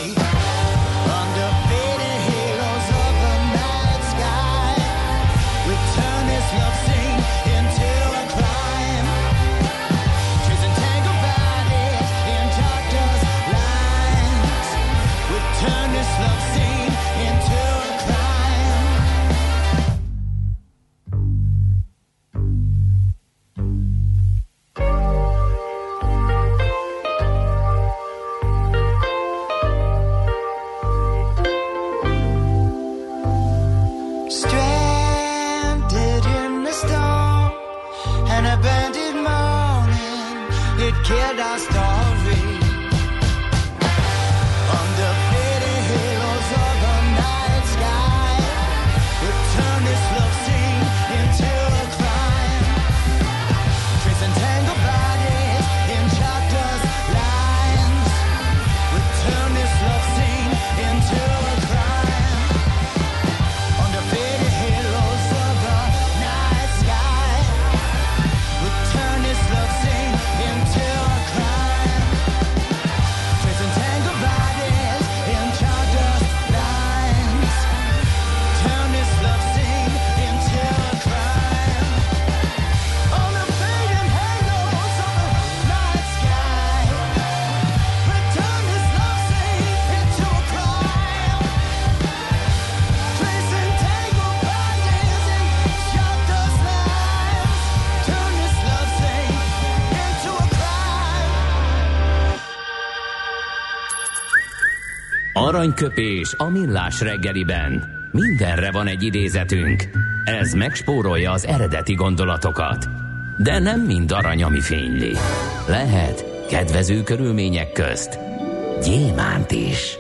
under fading halos of the night sky. We turn this love scene into a crime, chasing tangled bodies in dark dust lines. We turn this love scene into a crime. Killed our story under fading halos of the night sky. We turn this love scene into a crime, tracing tangled bodies in chalk dust lines. We turn this love scene into a crime under fading halos of the night sky. We turn this love scene into Aranyköpés a Millás reggeliben. Mindenre van egy idézetünk. Ez megspórolja az eredeti gondolatokat. De nem mind arany, ami fényli. Lehet kedvező körülmények közt gyémánt is.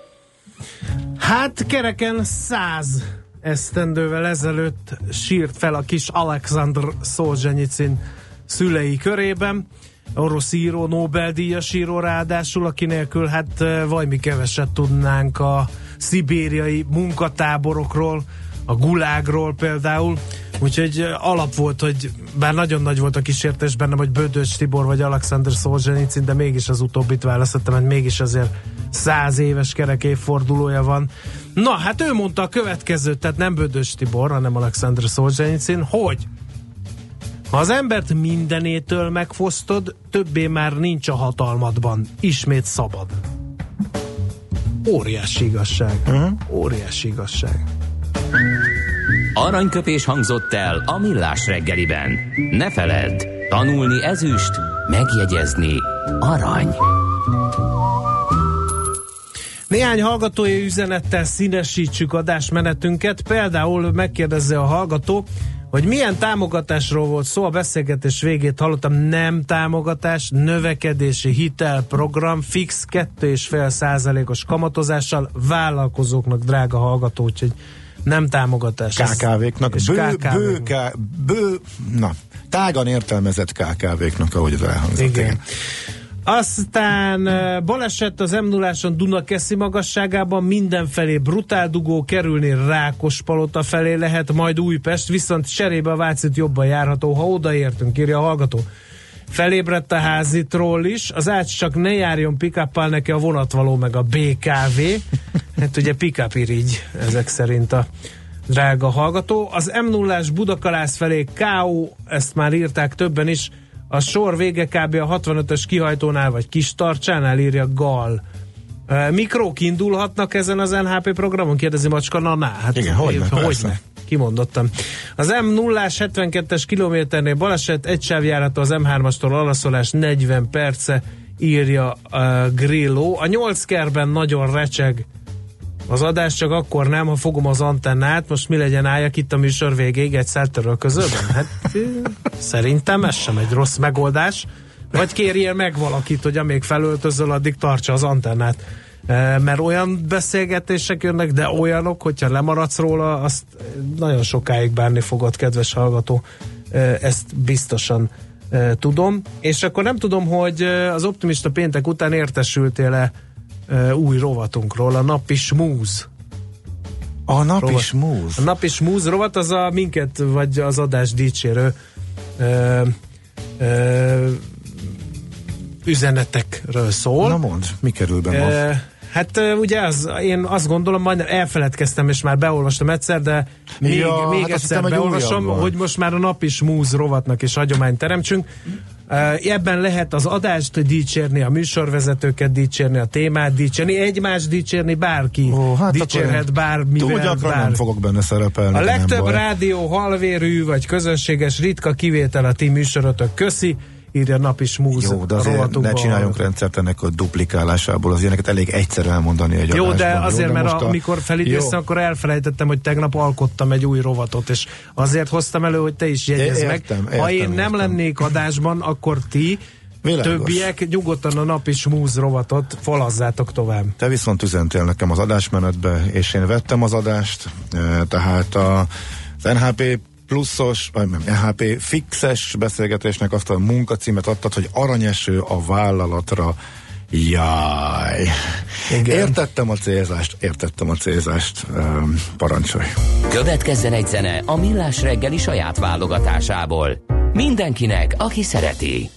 Hát kereken száz esztendővel ezelőtt sírt fel a kis Alexander Szolzsenyicin szülei körében. Orosz író, Nobel-díjas író ráadásul, aki nélkül hát vajmi keveset tudnánk a szibériai munkatáborokról, a gulágról például. Úgyhogy alap volt, hogy bár nagyon nagy volt a kísértés bennem, hogy Bödöcs Tibor vagy Alexander Szolzsenyicin, de mégis az utóbbit választottam, mert mégis azért száz éves kerek évfordulója van. Na, hát ő mondta a következőt, tehát nem Bödöcs Tibor, hanem Alexander Szolzsenyicin, hogy Ha az embert mindenétől megfosztod, többé már nincs a hatalmadban. Ismét szabad. Óriási igazság. Uh-huh. Óriási igazság. Aranyköpés hangzott el a Millás reggeliben. Ne feledd, tanulni ezüst, megjegyezni arany. Néhány hallgatói üzenettel színesítsük adásmenetünket. Például megkérdezze a hallgató, hogy milyen támogatásról volt szó, a beszélgetés végét hallottam, nem támogatás, növekedési hitelprogram, fix kettő és fél százalékos kamatozással vállalkozóknak, drága hallgató, úgyhogy nem támogatás. ká ká véknak, bő, ká ká vé. bő, ká, bő, na, tágan értelmezett ká ká véknak, ahogy az elhangzott. Igen. Igen. Aztán baleset az em nulláson Dunakeszi magasságában, mindenfelé brutál dugó, kerülni Rákospalota felé lehet, majd Újpest, viszont cserébe a Vácit jobban járható, ha odaértünk, írja a hallgató. Felébredt a házitról is, az Ács csak ne járjon pick-uppal, neki a vonatvaló meg a bé ká vé. Hát ugye pick-up irigy ezek szerint a drága hallgató. Az em nullás Budakalász felé ká ó, ezt már írták többen is, a sor vége kb. A hatvanötös kihajtónál vagy Kistarcsánál, írja Gal. Mikrók indulhatnak ezen az en há pé programon? Kérdezi Macska. Na, na, hát igen, hogyne, hogyne. Kimondottam. Az em nullás hetvenkettes kilométernél baleset, egy sávjárató az em hármastól alaszolás negyven perce, írja uh, Grillo. A nyolc kerben nagyon recseg az adás, csak akkor nem, ha fogom az antennát. Most mi legyen, álljak itt a műsor végéig egy száltöröl közöben? Hát szerintem ez sem egy rossz megoldás. Vagy kérjél meg valakit, hogy amíg felöltözöl, addig tartsa az antennát. E, mert olyan beszélgetések jönnek, de olyanok, hogyha lemaradsz róla, azt nagyon sokáig bánni fogod, kedves hallgató. E, ezt biztosan e, tudom. És akkor nem tudom, hogy az optimista péntek után értesültél-e Uh, új rovatunkról, a napi smúz. A napi smúz? A napi smúz rovat az a minket, vagy az adás dicsérő uh, uh, üzenetekről szól. Na mondd, mi kerül benne? Uh, hát uh, ugye az, én azt gondolom, majdnem elfeledkeztem, és már beolvastam egyszer, de még, ja, még hát egyszer beolvasom, hogy most már a napi smúz rovatnak is hagyományt teremtsünk. Uh, ebben lehet az adást dicsérni, a műsorvezetőket dicsérni, a témát dicsérni, egymást dicsérni, bárki oh, hát dicsérhet bármivel. Túl gyakran bár... nem fogok benne szerepelni. A legtöbb rádió halvérű vagy közönséges, ritka kivétel a ti műsorotok. Köszi, írja Napi Smúz. Jó, de azért ne csináljunk rendszert ennek a duplikálásából, az ilyeneket elég egyszer elmondani egy Jó, adásban. de azért, jó, de mert a, amikor felidéztem, akkor elfelejtettem, hogy tegnap alkottam egy új rovatot, és azért hoztam elő, hogy te is jegyezd meg. Értem, értem, ha én értem. nem lennék adásban, akkor ti Világos. Többiek nyugodtan a Napi Smúz rovatot falazzátok tovább. Te viszont üzentél nekem az adásmenetbe, és én vettem az adást, tehát a, az en há pé pluszos, vagy nem, en há pé fixes beszélgetésnek azt a munkacímet adtad, hogy aranyeső a vállalatra. Jaj. Igen. Értettem a célzást, értettem a célzást. Um, parancsolj. Következzen egy zene a Millás reggeli saját válogatásából. Mindenkinek, aki szereti.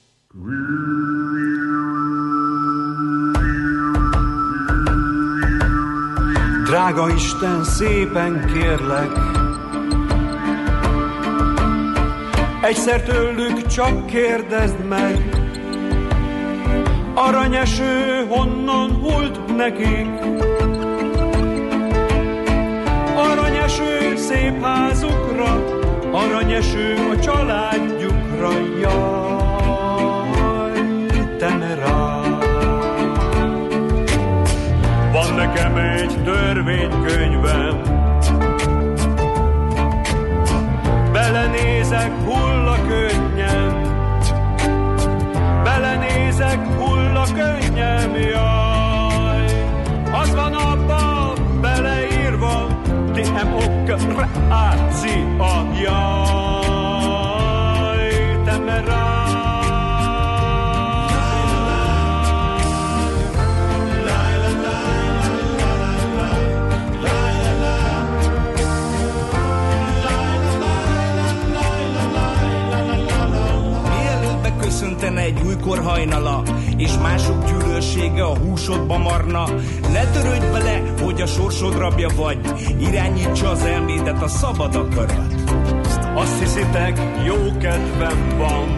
Drága Isten, szépen kérlek, egyszer tőlük csak kérdezd meg, aranyeső honnan hult nekik? Aranyeső szép házukra, aranyeső a családjukra, jaj, temerá. Van nekem egy törvénykönyvem, belenézek, hull a könnyem, belenézek, hull a könnyem, jaj. Az van abba beleírva, demokrácia, jaj, temerá. Köszöntene egy újkor hajnala, és mások gyűlölsége a húsodba marna. Ne törődj bele, hogy a sorsod rabja vagy, irányítsa az elmédet a szabad akarat. azt hiszitek, jó kedvem van.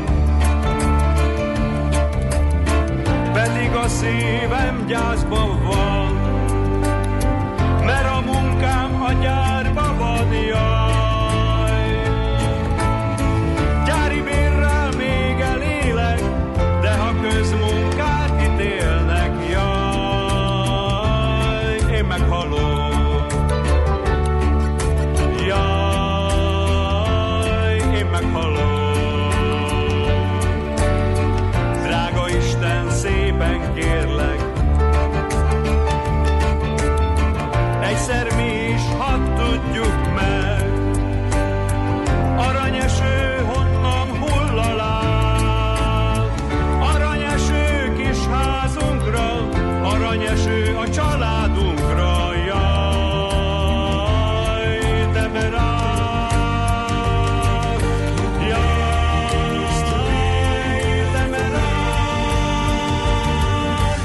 Pedig a szívem gyászban van, mert a munkám a gyárba van, jaj. Gyári bérrel még elélek, de ha közmunkát ítélnek, jaj, én meghalok. Jaj, én meghalok. Drága Isten, szépen kérlek, egyszer mi is hadd tudjuk meg, aranyeső honnan hull alá, aranyeső kis házunkra, aranyeső a családunkra, jaj, de merák, jaj, de merák,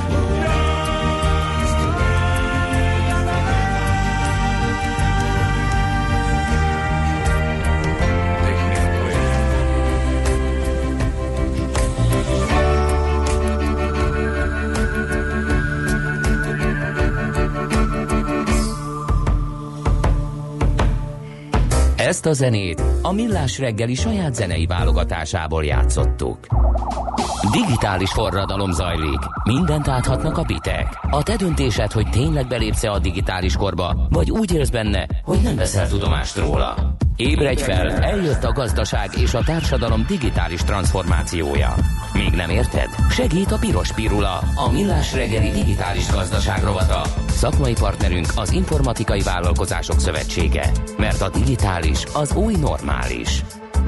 Ezt a zenét a Millás reggeli saját zenei válogatásából játszottuk. Digitális forradalom zajlik, mindent áthatnak a bitek. A te döntésed, hogy tényleg belépsz-e a digitális korba, vagy úgy élsz benne, hogy nem veszel tudomást róla. Ébredj fel, eljött a gazdaság és a társadalom digitális transformációja. Még nem érted? Segít a Piros Pirula, a Millás reggeli digitális gazdaság rovata. Szakmai partnerünk az Informatikai Vállalkozások Szövetsége. Mert a digitális az új normális.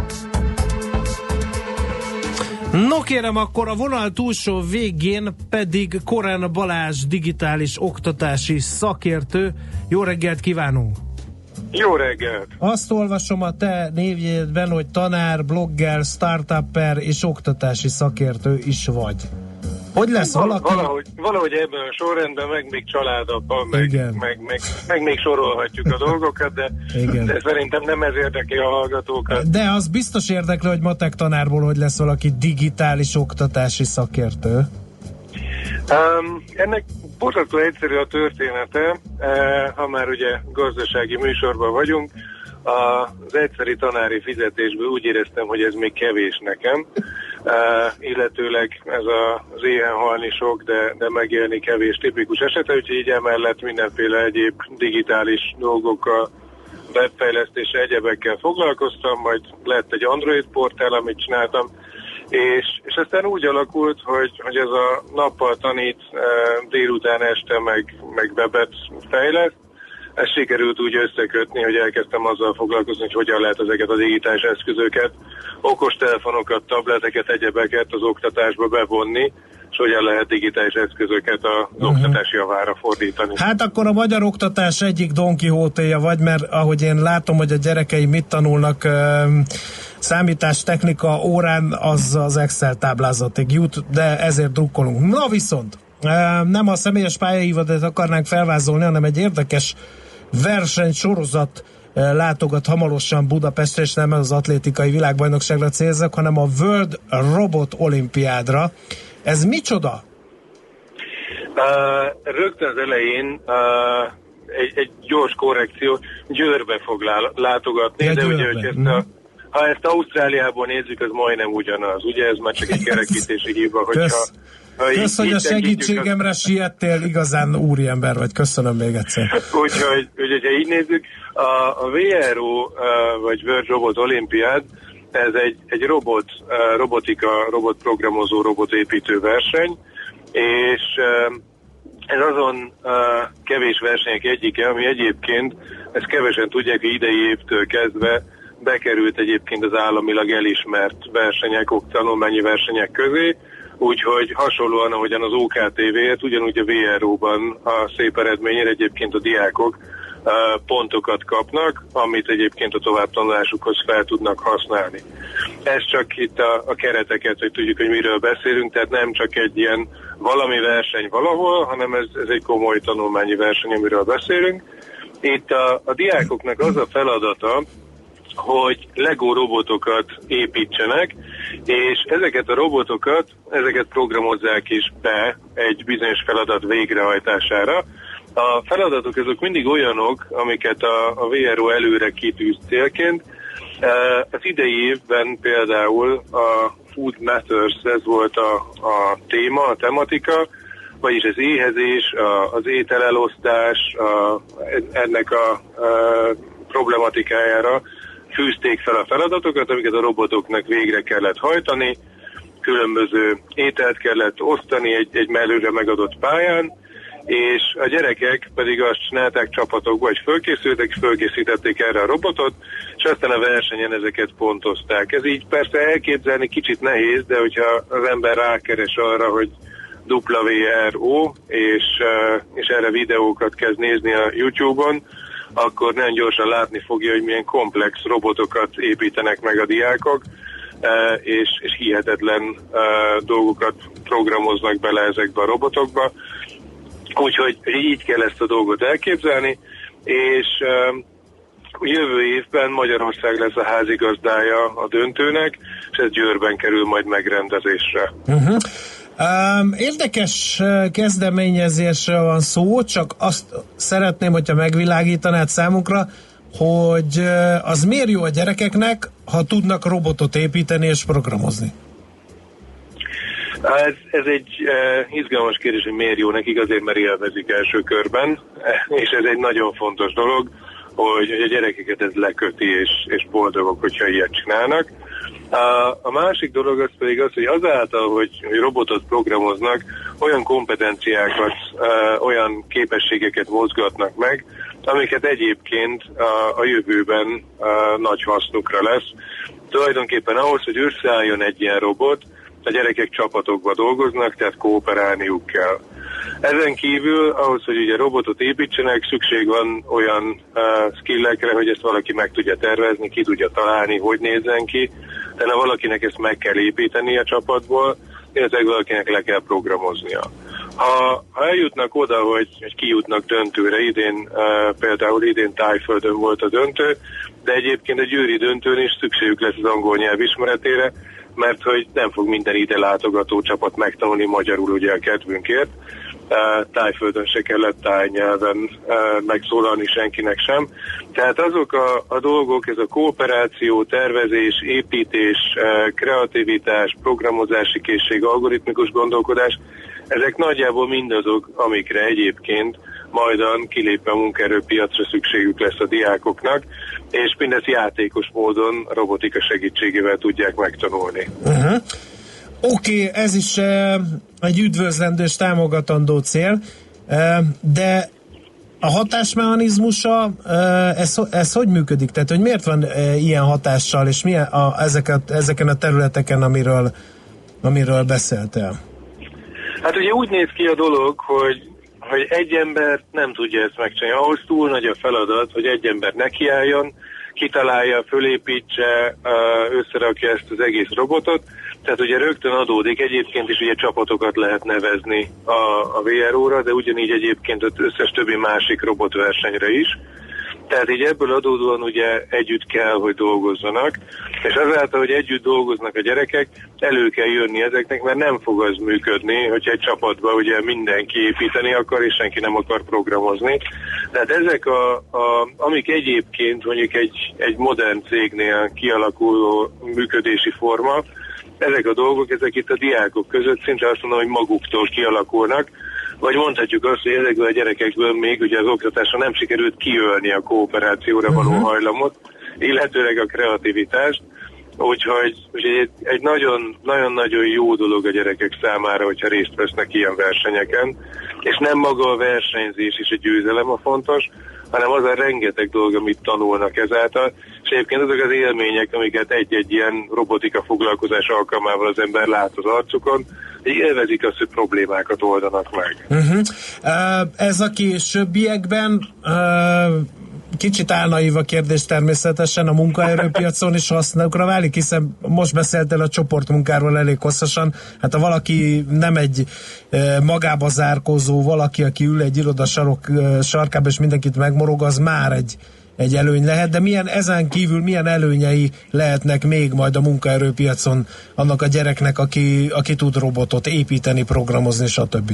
No kérem, akkor a vonal túlsó végén pedig Korán Balázs digitális oktatási szakértő. Jó reggelt kívánunk! Jó reggelt! Azt olvasom a te névjegyedben, hogy tanár, blogger, startupper és oktatási szakértő is vagy. Hogy lesz Val- valaki... Valahogy, valahogy ebben a sorrendben, meg még családapa, meg, meg, meg, meg még sorolhatjuk a dolgokat, de, de szerintem nem ez érdekli a hallgatókat. De az biztos érdekli, hogy matek tanárból hogy lesz valaki digitális oktatási szakértő. Um, ennek borzasztó egyszerű a története, uh, ha már ugye gazdasági műsorban vagyunk. Az egyszeri tanári fizetésből úgy éreztem, hogy ez még kevés nekem, uh, illetőleg ez a, az éhen halni sok, de, de megélni kevés tipikus esete, úgyhogy így emellett mindenféle egyéb digitális dolgokkal, webfejlesztése, egyebekkel foglalkoztam, majd lett egy Android portál, amit csináltam, és, és aztán úgy alakult, hogy, hogy ez a nappal tanít, uh, délután este meg, meg webet fejleszt. Ezt sikerült úgy összekötni, hogy elkezdtem azzal foglalkozni, hogy hogyan lehet ezeket a digitális eszközöket, okostelefonokat, tableteket, egyebeket az oktatásba bevonni, és hogyan lehet digitális eszközöket az uh-huh. oktatás javára fordítani. Hát akkor a magyar oktatás egyik Don Quixote-ja vagy, mert ahogy én látom, hogy a gyerekeim mit tanulnak számítástechnika órán, az az Excel táblázatig jut, de ezért drukkolunk. Na viszont, nem a személyes pályaívadat akarnánk felvázolni, hanem egy érdekes versenysorozat látogat hamarosan Budapestre, és nem az atlétikai világbajnokságra célzak, hanem a World Robot Olimpiádra. Ez micsoda? Uh, rögtön az elején uh, egy, egy gyors korrekció, Győrbe fog lá- látogatni, ja, de Győrbe. Ugye, hogy ezt a, ha ezt Ausztráliából nézzük, az majdnem ugyanaz. Ugye ez már csak egy kerekítési hiba, hogyha Kösz, Kösz hogy a segítségemre a... siettél, igazán úriember vagy, köszönöm még egyszer. Úgyhogy, hogyha így nézzük, a, a vé er o, uh, vagy World Robot Olympiád, ez egy, egy robot, uh, robotika, robotprogramozó, robotépítő verseny, és uh, ez azon uh, kevés versenyek egyike, ami egyébként, ezt kevesen tudják, hogy idei évtől kezdve bekerült egyébként az államilag elismert versenyek, tanulmányi versenyek közé, úgyhogy hasonlóan, ahogyan az o ká té vé-et, ugyanúgy a vé er o-ban a szép eredményére egyébként a diákok uh, pontokat kapnak, amit egyébként a továbbtanulásukhoz fel tudnak használni. Ez csak itt a, a kereteket, hogy tudjuk, hogy miről beszélünk, tehát nem csak egy ilyen valami verseny valahol, hanem ez, ez egy komoly tanulmányi verseny, amiről beszélünk. Itt a, a diákoknak az a feladata, hogy Lego robotokat építsenek, és ezeket a robotokat, ezeket programozzák is be egy bizonyos feladat végrehajtására. A feladatok azok mindig olyanok, amiket a, a vé er o előre kitűz célként. Az idei évben például a Food Matters, ez volt a, a téma, a tematika, vagyis az éhezés, a, az ételelosztás, a, ennek a, a problematikájára fűzték fel a feladatokat, amiket a robotoknak végre kellett hajtani, különböző ételt kellett osztani egy, egy mellőre megadott pályán, és a gyerekek pedig azt csinálták csapatokba, hogy fölkészültek, fölkészítették erre a robotot, és aztán a versenyen ezeket pontozták. Ez így persze elképzelni kicsit nehéz, de hogyha az ember rákeres arra, hogy dupla vé er o, és, és erre videókat kezd nézni a YouTube-on, akkor nagyon gyorsan látni fogja, hogy milyen komplex robotokat építenek meg a diákok, és, és hihetetlen dolgokat programoznak bele ezekbe a robotokba. Úgyhogy így kell ezt a dolgot elképzelni, és jövő évben Magyarország lesz a házigazdája a döntőnek, és ez Győrben kerül majd megrendezésre. Uh-huh. Um, érdekes kezdeményezésről van szó, csak azt szeretném, hogyha megvilágítanád számunkra, hogy az miért jó a gyerekeknek, ha tudnak robotot építeni és programozni? Ez, ez egy uh, izgalmas kérdés, hogy miért jó nekik, azért mert élvezik első körben, és ez egy nagyon fontos dolog, hogy, hogy a gyerekeket ez leköti, és, és boldogok, hogyha ilyet csinálnak. A, a másik dolog az pedig az, hogy azáltal, hogy, hogy robotot programoznak, olyan kompetenciákat, uh, olyan képességeket mozgatnak meg, amiket egyébként a, a jövőben uh, nagy hasznukra lesz. Tulajdonképpen ahhoz, hogy összeálljon egy ilyen robot, a gyerekek csapatokba dolgoznak, tehát kooperálniuk kell. Ezen kívül, ahhoz, hogy ugye robotot építsenek, szükség van olyan uh, skillekre, hogy ezt valaki meg tudja tervezni, ki tudja találni, hogy nézzen ki. Tehát valakinek ezt meg kell építeni a csapatból, illetve valakinek le kell programoznia. Ha, ha eljutnak oda, hogy, hogy kijutnak döntőre, idén uh, például idén Tájföldön volt a döntő, de egyébként a győri döntőn is szükségük lesz az angol nyelv ismeretére, mert hogy nem fog minden ide látogató csapat megtanulni magyarul ugye a kedvünkért. Uh, Tájföldön se kellett tájnyelven uh, megszólalni senkinek sem. Tehát azok a, a dolgok, ez a kooperáció, tervezés, építés, uh, kreativitás, programozási készség, algoritmikus gondolkodás, ezek nagyjából mindazok, amikre egyébként majdan kilépve a munkaerőpiacra szükségük lesz a diákoknak, és mindezt játékos módon robotika segítségével tudják megtanulni. Uh-huh. Oké, okay, ez is uh, egy üdvözlendő és támogatandó cél, uh, de a hatásmechanizmusa, uh, ez, ez hogy működik? Tehát, hogy miért van uh, ilyen hatással, és milyen a, ezeket, ezeken a területeken, amiről, amiről beszéltél? Hát ugye úgy néz ki a dolog, hogy hogy egy ember nem tudja ezt megcsinálni. Ahhoz túl nagy a feladat, hogy egy ember nekiálljon, kitalálja, fölépítse, összerakja ezt az egész robotot. Tehát ugye rögtön adódik, egyébként is ugye csapatokat lehet nevezni a, a vé er o-ra, de ugyanígy egyébként az összes többi másik robotversenyre is. Tehát így ebből adódóan ugye együtt kell, hogy dolgozzanak, és azáltal, hogy együtt dolgoznak a gyerekek, elő kell jönni ezeknek, mert nem fog az működni, hogyha egy csapatban ugye mindenki építeni akar, és senki nem akar programozni. Tehát ezek, a, a, amik egyébként mondjuk egy, egy modern cégnél kialakuló működési forma, ezek a dolgok, ezek itt a diákok között szinte azt mondom, hogy maguktól kialakulnak, vagy mondhatjuk azt, hogy ezekből a gyerekekből még ugye az oktatásra nem sikerült kiölni a kooperációra való uh-huh. hajlamot, illetőleg a kreativitást, úgyhogy, úgyhogy egy, egy nagyon, nagyon-nagyon jó dolog a gyerekek számára, hogyha részt vesznek ilyen versenyeken, és nem maga a versenyzés és a győzelem a fontos, hanem az a rengeteg dolog, amit tanulnak ezáltal, és egyébként azok az élmények, amiket egy-egy ilyen robotika foglalkozás alkalmával az ember lát az arcukon, hogy élvezik azt, hogy problémákat oldanak meg. Uh-huh. Uh, ez a későbbiekben uh, kicsit álnaív a kérdés természetesen, a munkaerőpiacon is használukra válik, hiszen most beszéltél a csoportmunkáról elég hosszasan, hát ha valaki nem egy e, magába zárkózó, valaki, aki ül egy iroda sarok, e, sarkába és mindenkit megmorog, az már egy, egy előny lehet, de milyen ezen kívül milyen előnyei lehetnek még majd a munkaerőpiacon annak a gyereknek, aki, aki tud robotot építeni, programozni, stb.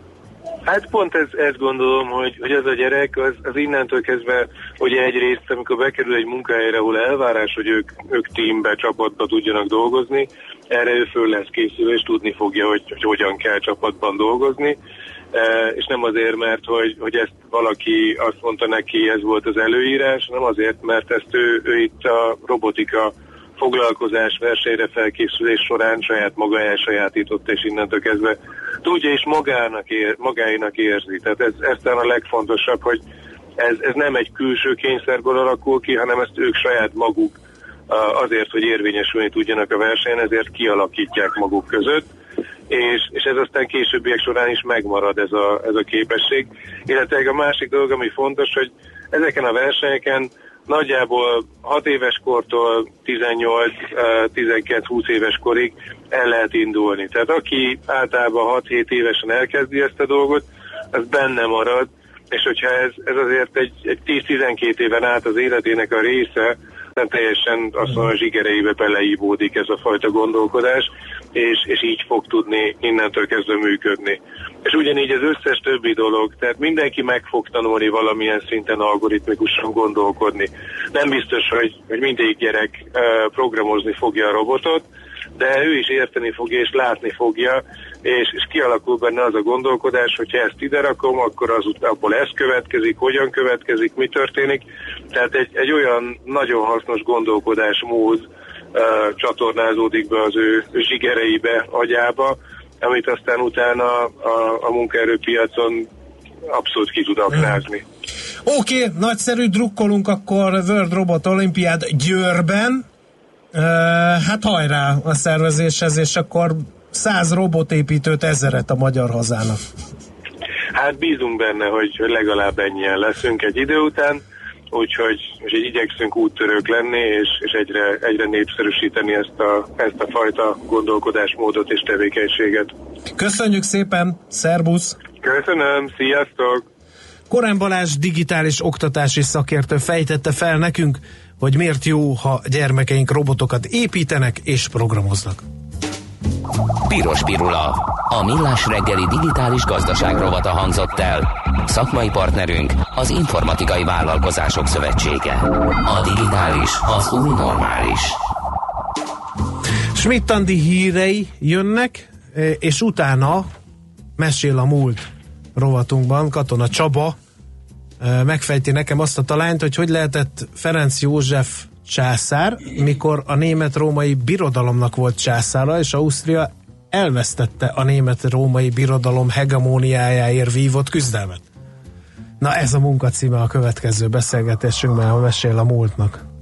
Hát pont ez, ezt gondolom, hogy, hogy az a gyerek, az, az innentől kezdve, ugye egyrészt, amikor bekerül egy munkahelyre, ahol elvárás, hogy ők, ők teambe, csapatba tudjanak dolgozni, erre ő föl lesz készülve, és tudni fogja, hogy, hogy hogyan kell csapatban dolgozni, e, és nem azért, mert hogy, hogy ezt valaki azt mondta neki, ez volt az előírás, hanem azért, mert ezt ő, ő itt a robotika foglalkozás versenyre felkészülés során saját maga elsajátította, és innentől kezdve tudja és magának ér, magáinak érzi. Tehát ez, ez talán a legfontosabb, hogy ez, ez nem egy külső kényszerből alakul ki, hanem ezt ők saját maguk azért, hogy érvényesülni tudjanak a versenyen, ezért kialakítják maguk között, és, és ez aztán későbbiek során is megmarad ez a, ez a képesség. Illetve a másik dolog, ami fontos, hogy ezeken a versenyeken nagyjából hat éves kortól tizennyolc tizenkettő húsz éves korig el lehet indulni. Tehát aki általában hat-hét évesen elkezdi ezt a dolgot, az benne marad, és hogyha ez, ez azért egy, egy tíz-tizenkét éven át az életének a része, nem teljesen azt mondom, a zsigereibe beleívódik ez a fajta gondolkodás, és, és így fog tudni innentől kezdve működni. És ugyanígy az összes többi dolog, tehát mindenki meg fog tanulni valamilyen szinten algoritmikusan gondolkodni. Nem biztos, hogy, hogy mindegyik gyerek uh, programozni fogja a robotot, de ő is érteni fogja és látni fogja, és, és kialakul benne az a gondolkodás, hogyha ezt ide rakom, akkor az abból ez következik, hogyan következik, mi történik. Tehát egy, egy olyan nagyon hasznos gondolkodásmód uh, csatornázódik be az ő, ő zsigereibe, agyába, amit aztán utána a, a munkaerőpiacon abszolút ki tud aknázni. Oké, okay, nagyszerű, drukkolunk akkor World Robot Olympiád Győrben. Uh, hát hajrá a szervezéshez, és akkor száz robotépítőt, ezeret a magyar hazának. Hát bízunk benne, hogy, hogy legalább ennyien leszünk egy idő után, úgyhogy, úgyhogy igyekszünk úttörők lenni, és, és egyre, egyre népszerűsíteni ezt a, ezt a fajta gondolkodásmódot és tevékenységet. Köszönjük szépen, szervusz! Köszönöm, sziasztok! Korán Balázs digitális oktatási szakértő fejtette fel nekünk, hogy miért jó, ha gyermekeink robotokat építenek és programoznak. Piros Pirula. A Millás reggeli digitális gazdaság rovata hangzott el. Szakmai partnerünk az Informatikai Vállalkozások Szövetsége. A digitális az új normális. Schmidt-Andi hírei jönnek, és utána mesél a múlt rovatunkban Katona Csaba megfejti nekem azt a talányt, hogy hogy lehetett Ferenc József császár, mikor a német-római birodalomnak volt császára, és Ausztria elvesztette a német-római birodalom hegemóniájáért vívott küzdelmet. Na ez a munkacíme a következő beszélgetésünkben, ha mesél a múltnak.